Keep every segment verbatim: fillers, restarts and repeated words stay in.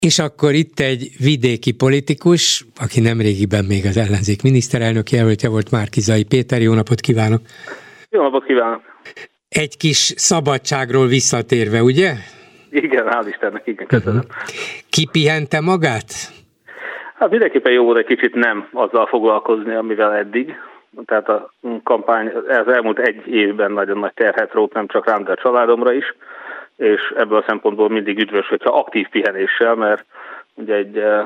És akkor itt egy vidéki politikus, aki nemrégiben még az ellenzék miniszterelnök jelöltje volt, Márki-Zay Péter. Jó napot kívánok! Jó napot kívánok! Egy kis szabadságról visszatérve, ugye? Igen, hál' Istennek, igen, köszönöm. Uh-huh. Kipihente magát? Hát mindenképpen jó volt egy kicsit nem azzal foglalkozni, amivel eddig. Tehát a kampány az elmúlt egy évben nagyon nagy terhet rótt, nem csak rám, de a családomra is, és ebből a szempontból mindig üdvös, hogyha aktív pihenéssel, mert ugye egy e,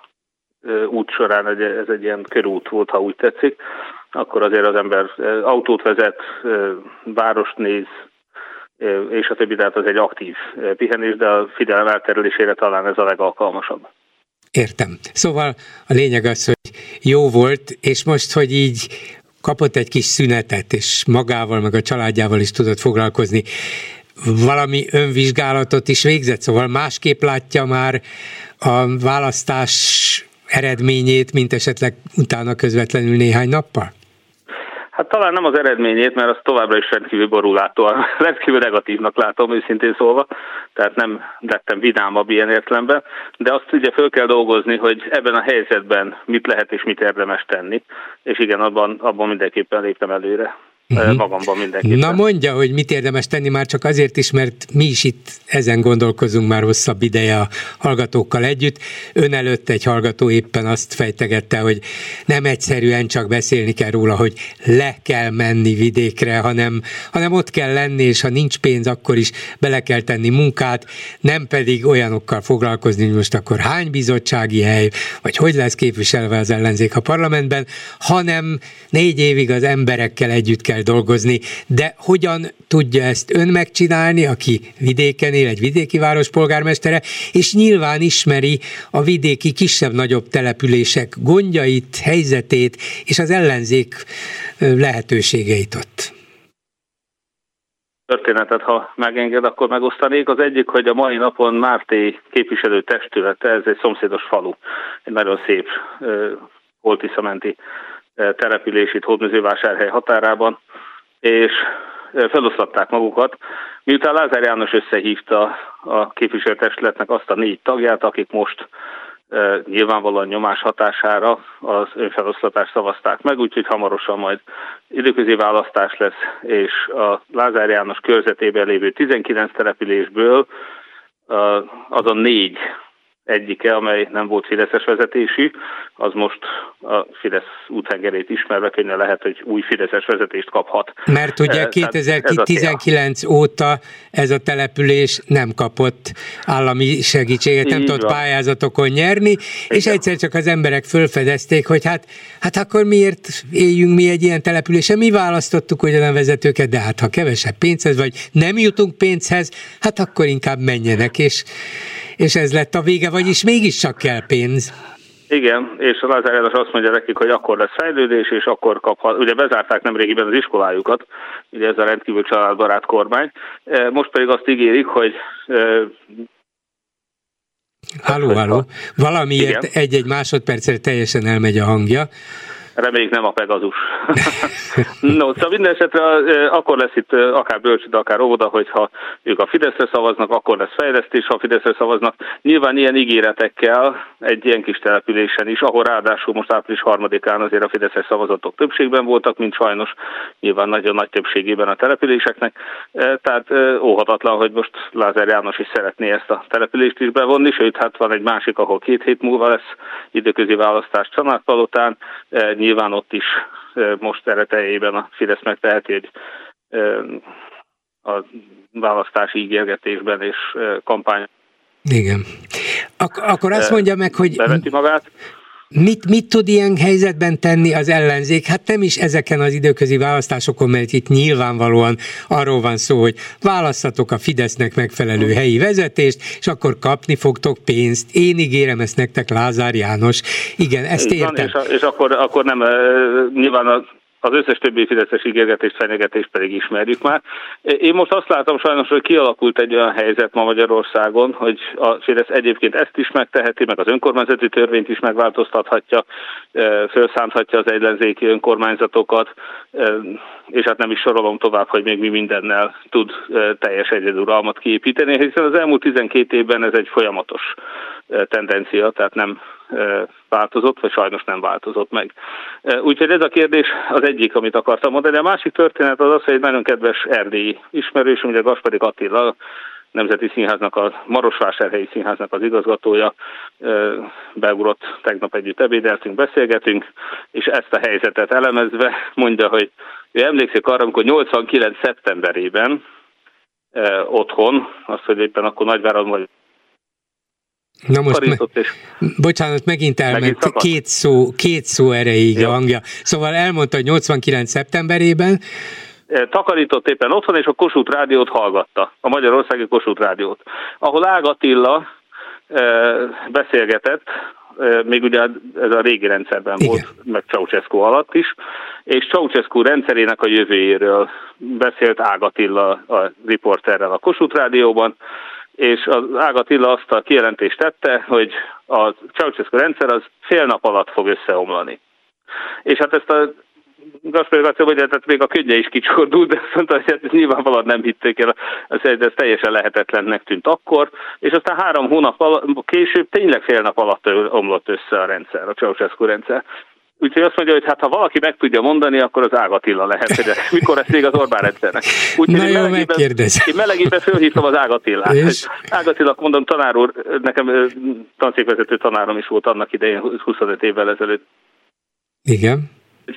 út során egy, ez egy ilyen körút volt, ha úgy tetszik, akkor azért az ember autót vezet, e, várost néz, e, és a többi, tehát az egy aktív pihenés, de a figyelem elterelésére talán ez a legalkalmasabb. Értem. Szóval a lényeg az, hogy jó volt, és most, hogy így kapott egy kis szünetet, és magával, meg a családjával is tudott foglalkozni, valami önvizsgálatot is végzett, szóval másképp látja már a választás eredményét, mint esetleg utána közvetlenül néhány nappal? Hát talán nem az eredményét, mert az továbbra is rendkívül borúlátóan, rendkívül negatívnak látom, őszintén szólva, tehát nem lettem vidámabb ilyen értelemben, de azt ugye föl kell dolgozni, hogy ebben a helyzetben mit lehet és mit érdemes tenni, és igen, abban, abban mindenképpen léptem előre. Uh-huh. Magamban mindenképpen. Na mondja, hogy mit érdemes tenni, már csak azért is, mert mi is itt ezen gondolkozunk már hosszabb ideje a hallgatókkal együtt. Ön előtt egy hallgató éppen azt fejtegette, hogy nem egyszerűen csak beszélni kell róla, hogy le kell menni vidékre, hanem, hanem ott kell lenni, és ha nincs pénz, akkor is bele kell tenni munkát, nem pedig olyanokkal foglalkozni, hogy most akkor hány bizottsági hely, vagy hogy lesz képviselve az ellenzék a parlamentben, hanem négy évig az emberekkel együtt kell dolgozni, de hogyan tudja ezt ön megcsinálni, aki vidéken él, egy vidéki város polgármestere, és nyilván ismeri a vidéki kisebb-nagyobb települések gondjait, helyzetét, és az ellenzék lehetőségeit ott. Történetet, ha megenged, akkor megosztanék. Az egyik, hogy a mai napon Márté képviselő testülete, ez egy szomszédos falu, egy nagyon szép Holtiszamenti település itt Hódmezővásárhely határában, és feloszlatták magukat. Miután Lázár János összehívta a képviselőtestületnek azt a négy tagját, akik most e, nyilvánvalóan nyomás hatására az önfeloszlatást szavazták meg, úgyhogy hamarosan majd időközi választás lesz, és a Lázár János körzetében lévő tizenkilenc településből az a négy egyike, amely nem volt fideszes vezetésű, az most a Fidesz úthengerét ismerve könnyen lehet, hogy új fideszes vezetést kaphat. Mert ugye kétezer-tizenkilenc óta ez a település nem kapott állami segítséget, nem tudott pályázatokon nyerni, igen. És egyszer csak az emberek fölfedezték, hogy hát, hát akkor miért éljünk mi egy ilyen településen, mi választottuk ugyan a vezetőket, de hát ha kevesebb pénzhez, vagy nem jutunk pénzhez, hát akkor inkább menjenek, és és ez lett a vége, vagyis mégiscsak kell pénz. Igen, és a Lázár János azt mondja nekik, hogy akkor lesz fejlődés, és akkor kaphat. Ugye bezárták nemrégiben az iskolájukat, ugye ez a rendkívül családbarát kormány. Most pedig azt ígérik, hogy... Halló, halló. Valamiért igen. Egy-egy másodpercre teljesen elmegy a hangja. Reméljük nem a Pegazus. No, szóval minden esetre akkor lesz itt akár bölcsőde, akár óvoda, hogyha ők a Fideszre szavaznak, akkor lesz fejlesztés, ha a Fideszre szavaznak. Nyilván ilyen ígéretekkel egy ilyen kis településen is, ahol ráadásul most április harmadikán azért a fideszes szavazatok többségben voltak, mint sajnos nyilván nagyon nagy többségében a településeknek. Tehát óhatatlan, hogy most Lázár János is szeretné ezt a települést is bevonni, sőt, hát van egy másik, ahol két hét múlva lesz időközi választás Csanádpalotán. Nyilván ott is most eredetejében a Fidesz megteheti, hogy a választási ígérgetésben és kampány. Igen. Ak- akkor azt mondja meg, hogy beveti magát. Mit, mit tud ilyen helyzetben tenni az ellenzék? Hát nem is ezeken az időközi választásokon, mert itt nyilvánvalóan arról van szó, hogy választatok a Fidesznek megfelelő helyi vezetést, és akkor kapni fogtok pénzt. Én ígérem ezt nektek, Lázár János. Igen, ezt értem. És, és akkor, akkor nem, nyilván a az összes többi fideszes ígérgetést, fenyegetést pedig ismerjük már. Én most azt látom sajnos, hogy kialakult egy olyan helyzet ma Magyarországon, hogy a Fidesz egyébként ezt is megteheti, meg az önkormányzati törvényt is megváltoztathatja, felszánthatja az ellenzéki önkormányzatokat, és hát nem is sorolom tovább, hogy még mi mindennel tud teljes egyeduralmat kiépíteni, hiszen az elmúlt tizenkét évben ez egy folyamatos tendencia, tehát nem változott, vagy sajnos nem változott meg. Úgyhogy ez a kérdés az egyik, amit akartam mondani. A másik történet az az, hogy egy nagyon kedves erdélyi ismerős, ugye Gaspari Attila, Nemzeti Színháznak, a Marosvásárhelyi Színháznak az igazgatója, beugrott, tegnap együtt ebédeltünk, beszélgetünk, és ezt a helyzetet elemezve mondja, hogy ő emlékszik arra, amikor nyolcvankilenc szeptemberében otthon, azt, hogy éppen akkor Nagyváradon vagy. Na most, me- és bocsánat, megint elment, megint két szó, két szó erejéig a hangja. Szóval elmondta, hogy nyolcvankilenc szeptemberében takarított éppen otthon, és a Kossuth Rádiót hallgatta, a Magyarországi Kossuth Rádiót, ahol Ág Attila e, beszélgetett, e, még ugye ez a régi rendszerben igen. volt, meg Ceausescu alatt is, és Ceausescu rendszerének a jövőjéről beszélt Ág Attila a riporterrel a Kossuth Rádióban, és az Ág Attila azt a kijelentést tette, hogy a Ceausescu rendszer az fél nap alatt fog összeomlani. És hát ezt a Gaspari Attila, hogy tehát még a könnye is kicsordult, de azt mondta, hogy hát nyilvánvalóan nem hitték el, ez, ez teljesen lehetetlennek tűnt akkor, és aztán három hónap alatt, később tényleg fél nap alatt omlott össze a rendszer, a Ceausescu rendszer. Úgyhogy azt mondja, hogy hát ha valaki meg tudja mondani, akkor az Ág Attila lehet, de mikor lesz még az Orbán rendszernek. Úgyhogy na jó, megkérdezem. Én melegében fölhívtam az Ág Attilát. És... Ág Attila, mondom, tanár úr, nekem tanszékvezető tanárom is volt annak idején, huszonöt évvel ezelőtt. Igen.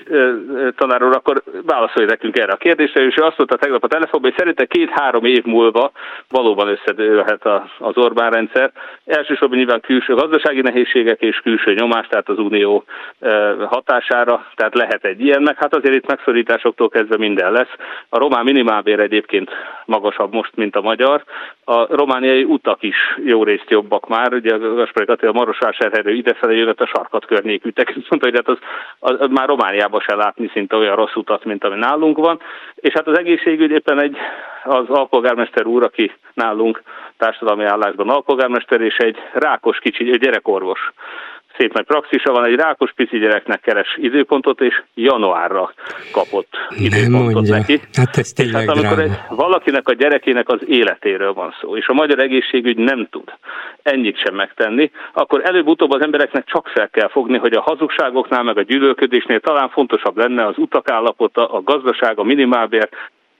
Tanár úr, akkor válaszolj nekünk erre a kérdésre, és ő azt mondta tegnap a telefonban, hogy szerintem két-három év múlva valóban összedőlhet az Orbán rendszer. Elsősorban nyilván külső gazdasági nehézségek és külső nyomás, tehát az unió hatására, tehát lehet egy ilyen, meg hát azért itt megszorításoktól kezdve minden lesz. A román minimálbér egyébként magasabb most, mint a magyar. A romániai utak is jó részt jobbak már, ugye a Gaspari Attila Marosvásárhelyről idefelé jött a Sarkat környékű tekint, mondta, hogy hát az, az, az már Romániába se látni szinte olyan rossz utat, mint ami nálunk van. És hát az egészségügy éppen egy, az alpolgármester úr, aki nálunk társadalmi állásban alpolgármester, és egy rákos kicsi gyerekorvos. Szép nagy praxisa van, egy rákos pici gyereknek keres időpontot, és januárra kapott időpontot neki. Hát ez tényleg hát amikor egy, valakinek a gyerekének az életéről van szó, és a magyar egészségügy nem tud ennyit sem megtenni, akkor előbb-utóbb az embereknek csak fel kell fogni, hogy a hazugságoknál, meg a gyűlölködésnél talán fontosabb lenne az utak állapota, a gazdaság, a minimálbér.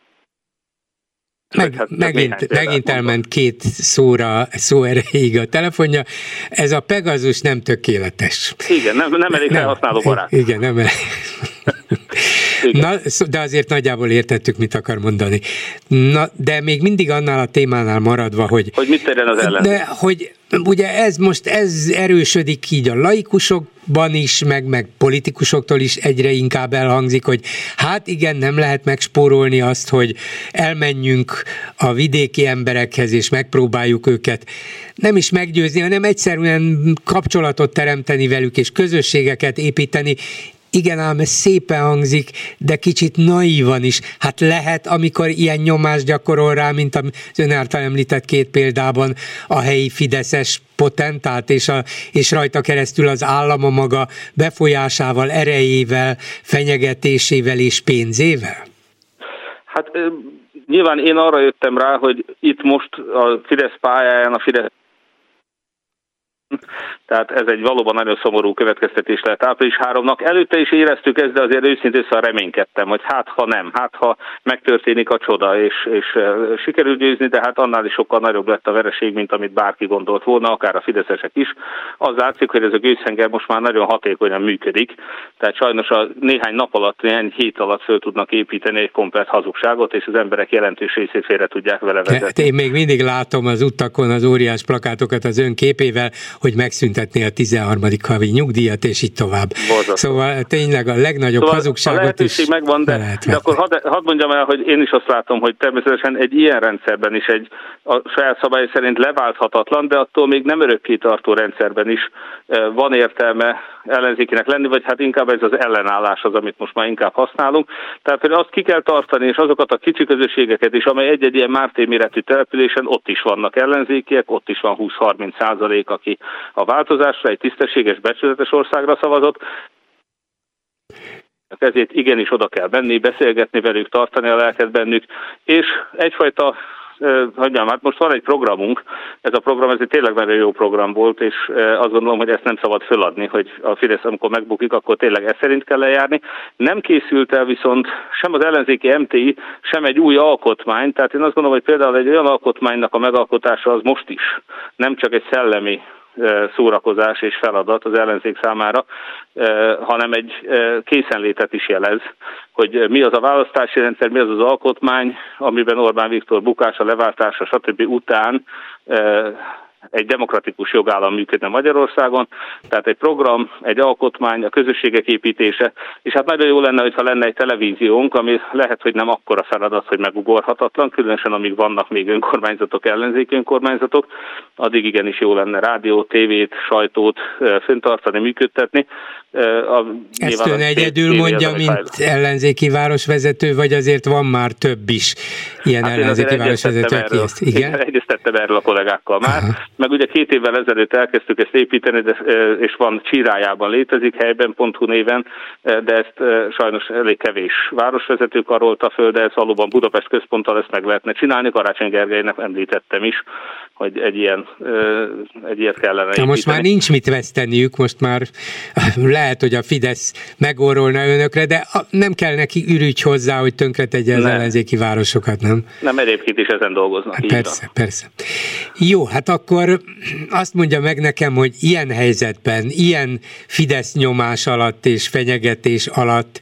Meg, hát megint megint elment két szóra, szó erejéig a telefonja. Ez a Pegasus nem tökéletes. Igen, nem, nem elég felhasználó barát. Igen, nem elég. Na, de azért nagyjából értettük, mit akar mondani. Na, de még mindig annál a témánál maradva, hogy... Hogy mit terjen az ellenzék? De, hogy ugye ez most, ez erősödik így a laikusokban is, meg, meg politikusoktól is egyre inkább elhangzik, hogy hát igen, nem lehet megspórolni azt, hogy elmenjünk a vidéki emberekhez, és megpróbáljuk őket nem is meggyőzni, hanem egyszerűen kapcsolatot teremteni velük, és közösségeket építeni. Igen, ám ez szépen hangzik, de kicsit naívan is. Hát lehet, amikor ilyen nyomást gyakorol rá, mint az ön által említett két példában a helyi fideszes potentát, és, a, és rajta keresztül az állama maga befolyásával, erejével, fenyegetésével és pénzével? Hát nyilván én arra jöttem rá, hogy itt most a Fidesz pályáján a Fidesz, tehát ez egy valóban nagyon szomorú következtetés lehet április harmadiknak. Előtte is éreztük ezt, de azért őszintén szóval reménykedtem, hogy hát ha nem, hát ha megtörténik a csoda, és, és uh, sikerül győzni, de hát annál is sokkal nagyobb lett a vereség, mint amit bárki gondolt volna, akár a fideszesek is. Az látszik, hogy ez a gőzhenger most már nagyon hatékonyan működik, tehát sajnos a néhány nap alatt, néhány hét alatt föl tudnak építeni egy komplett hazugságot, és az emberek jelentős részét félre tudják vele vezetni. Én még mindig látom az utakon az óriás plakátokat az ön képével, hogy megszüntetné a tizenharmadik havi nyugdíjat, és így tovább. Borzasztó. Szóval tényleg a legnagyobb szóval hazugságot is megvan, de, de akkor hadd had mondjam el, hogy én is azt látom, hogy természetesen egy ilyen rendszerben is egy a saját szabály szerint leválthatatlan, de attól még nem örökké tartó rendszerben is van értelme ellenzékinek lenni, vagy hát inkább ez az ellenállás az, amit most már inkább használunk. Tehát hogy azt ki kell tartani, és azokat a kicsi közösségeket is, amely egy-egy ilyen Márté méretű településen ott is vannak ellenzékiek, ott is van húsz-harminc százalék, aki a változásra, egy tisztességes, becsületes országra szavazott. ezért igenis oda kell menni, beszélgetni velük, tartani a lelket bennük, és egyfajta, hogy mondjam, hát most van egy programunk, ez a program, ez egy tényleg nagyon jó program volt, és azt gondolom, hogy ezt nem szabad föladni, hogy a Fidesz, amikor megbukik, akkor tényleg ez szerint kell lejárni. Nem készült el viszont sem az ellenzéki em té i, sem egy új alkotmány, tehát én azt gondolom, hogy például egy olyan alkotmánynak a megalkotása az most is, nem csak egy szellemi szórakozás és feladat az ellenzék számára, hanem egy készenlétet is jelez, hogy mi az a választási rendszer, mi az az alkotmány, amiben Orbán Viktor bukása, leváltása, stb. Után egy demokratikus jogállam működne Magyarországon, tehát egy program, egy alkotmány, a közösségek építése, és hát nagyon jó lenne, hogyha lenne egy televíziónk, ami lehet, hogy nem akkora feladat, hogy megugorhatatlan, különösen amíg vannak még önkormányzatok, ellenzéki önkormányzatok, addig igenis jó lenne rádiót, tévét, sajtót fenntartani, működtetni. A, Ezt ön egyedül mondja, mint fejl. ellenzéki városvezető, vagy azért van már több is ilyen hát ellenzéki városvezető, aki ezt, igen? Egyeztettem erről a kollégákkal már, aha. Meg ugye két évvel ezelőtt elkezdtük ezt építeni, de, és van Csirájában létezik, helyben pont hu néven, de ezt sajnos elég kevés városvezető karolta föl, de ez valóban Budapest központtal ezt meg lehetne csinálni. Karácsony Gergelynek említettem is, hogy egy, ilyen, egy ilyet kellene építeni. Most már nincs mit veszteniük, most már lehet, hogy a Fidesz megorolna önökre, de nem kell neki ürügy hozzá, hogy tönkretegye az ellenzéki városokat, nem? Nem, egyébként is ezen dolgoznak. Persze, így persze. Jó, hát akkor azt mondja meg nekem, hogy ilyen helyzetben, ilyen Fidesz nyomás alatt és fenyegetés alatt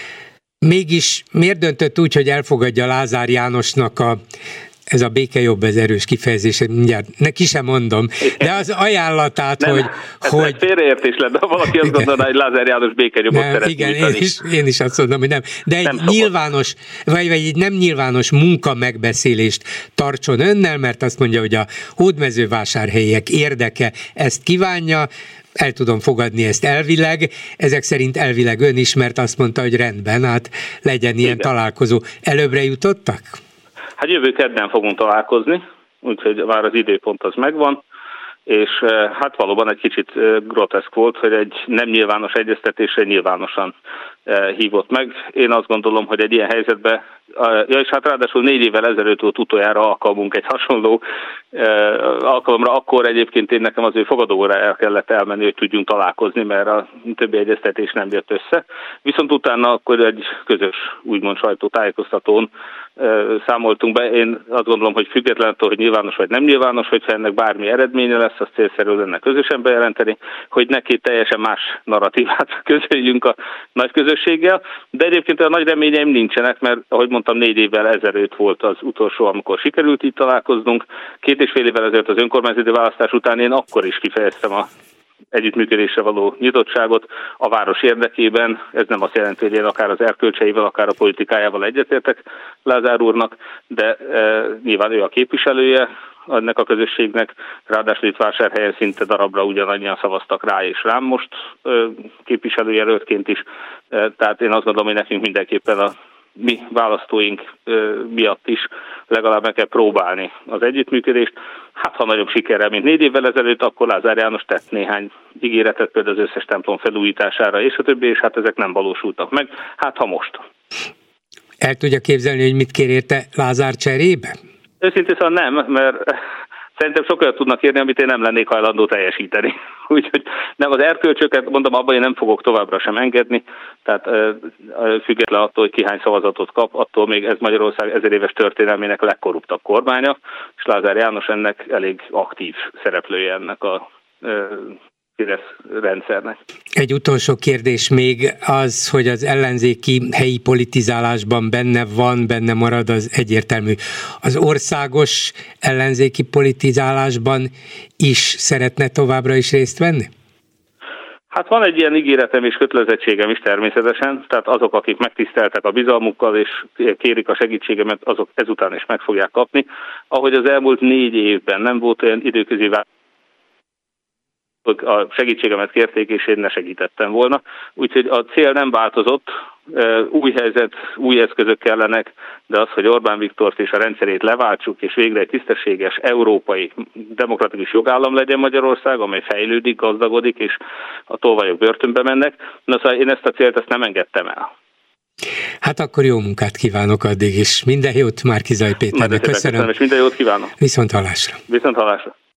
mégis miért döntött úgy, hogy elfogadja Lázár Jánosnak a ez a béke jobb, ez erős kifejezés, mindjárt neki sem mondom, de az ajánlatát, nem, hogy... Ez hogy... egy félreértés lenne, ha valaki azt gondolná, hogy Lázár János békejobbot szeret igen, nyújtani. én is, én is azt mondom, hogy nem. De egy nem nyilvános, vagy, vagy egy nem nyilvános munka megbeszélést tartson önnel, mert azt mondja, hogy a hódmezővásárhelyiek érdeke ezt kívánja, el tudom fogadni ezt elvileg, ezek szerint elvileg ön is, mert azt mondta, hogy rendben, hát legyen ilyen igen. találkozó. Előbbre jutottak? Hát jövő kedden fogunk találkozni, úgyhogy már az időpont az megvan, és hát valóban egy kicsit groteszk volt, hogy egy nem nyilvános egyeztetésre nyilvánosan hívott meg. Én azt gondolom, hogy egy ilyen helyzetben, ja és hát ráadásul négy évvel ezelőtt volt utoljára alkalmunk egy hasonló alkalomra, akkor egyébként én nekem az ő fogadóra el kellett elmenni, hogy tudjunk találkozni, mert a többi egyeztetés nem jött össze. Viszont utána akkor egy közös, úgymond sajtótájékoztatón számoltunk be. Én azt gondolom, hogy független attól, hogy nyilvános vagy nem nyilvános, hogyha ennek bármi eredménye lesz, az célszerű lenne közösen bejelenteni, hogy neki teljesen más narratívát közöljünk a nagy közösséggel, de egyébként a nagy reményeim nincsenek, mert ahogy mondtam, négy évvel ezelőtt volt az utolsó, amikor sikerült így találkoznunk. Két és fél évvel ezelőtt az önkormányzati választás után én akkor is kifejeztem a együttműködésre való nyitottságot a város érdekében. Ez nem azt jelenti, hogy én akár az erkölcseivel, akár a politikájával egyetértek Lázár úrnak, de e, nyilván ő a képviselője ennek a közösségnek, ráadásul itt Vásárhelyen szinte darabra ugyanannyian szavaztak rá és rám most e, képviselőjelöltként is, e, tehát én azt gondolom, hogy nekünk mindenképpen a mi választóink e, miatt is legalább meg kell próbálni az együttműködést. Hát ha nagyobb sikerrel, mint négy évvel ezelőtt, akkor Lázár János tett néhány ígéretet, például az összes templom felújítására és a többi, és hát ezek nem valósultak meg. Hát ha most. El tudja képzelni, hogy mit kér érte Lázár cserébe? Őszintén szóval nem, mert szerintem sok olyat tudnak érni, amit én nem lennék hajlandó teljesíteni. Úgyhogy nem, az erkölcsöket, mondom, abban én nem fogok továbbra sem engedni, tehát független attól, hogy ki hány szavazatot kap, attól még ez Magyarország ezer éves történelmének legkorruptabb kormánya, és Lázár János ennek elég aktív szereplője ennek a Fidesz rendszernek. Egy utolsó kérdés még az, hogy az ellenzéki helyi politizálásban benne van, benne marad, az egyértelmű. Az országos ellenzéki politizálásban is szeretne továbbra is részt venni? Hát van egy ilyen ígéretem és kötelezettségem is természetesen, tehát azok, akik megtiszteltek a bizalmukkal és kérik a segítségemet, azok ezután is meg fogják kapni. Ahogy az elmúlt négy évben nem volt olyan időközi változás, a segítségemet kérték, és én ne segítettem volna. Úgyhogy a cél nem változott, új helyzet, új eszközök kellenek, de az, hogy Orbán Viktort és a rendszerét leváltsuk, és végre egy tisztességes, európai, demokratikus jogállam legyen Magyarország, amely fejlődik, gazdagodik, és a tolvajok börtönbe mennek. Na szóval én ezt a célt ezt nem engedtem el. Hát akkor jó munkát kívánok addig is. Minden jót Márki-Zay Péternek. Köszönöm. És minden jót kívánok. Viszont hallásra. Viszont hallásra.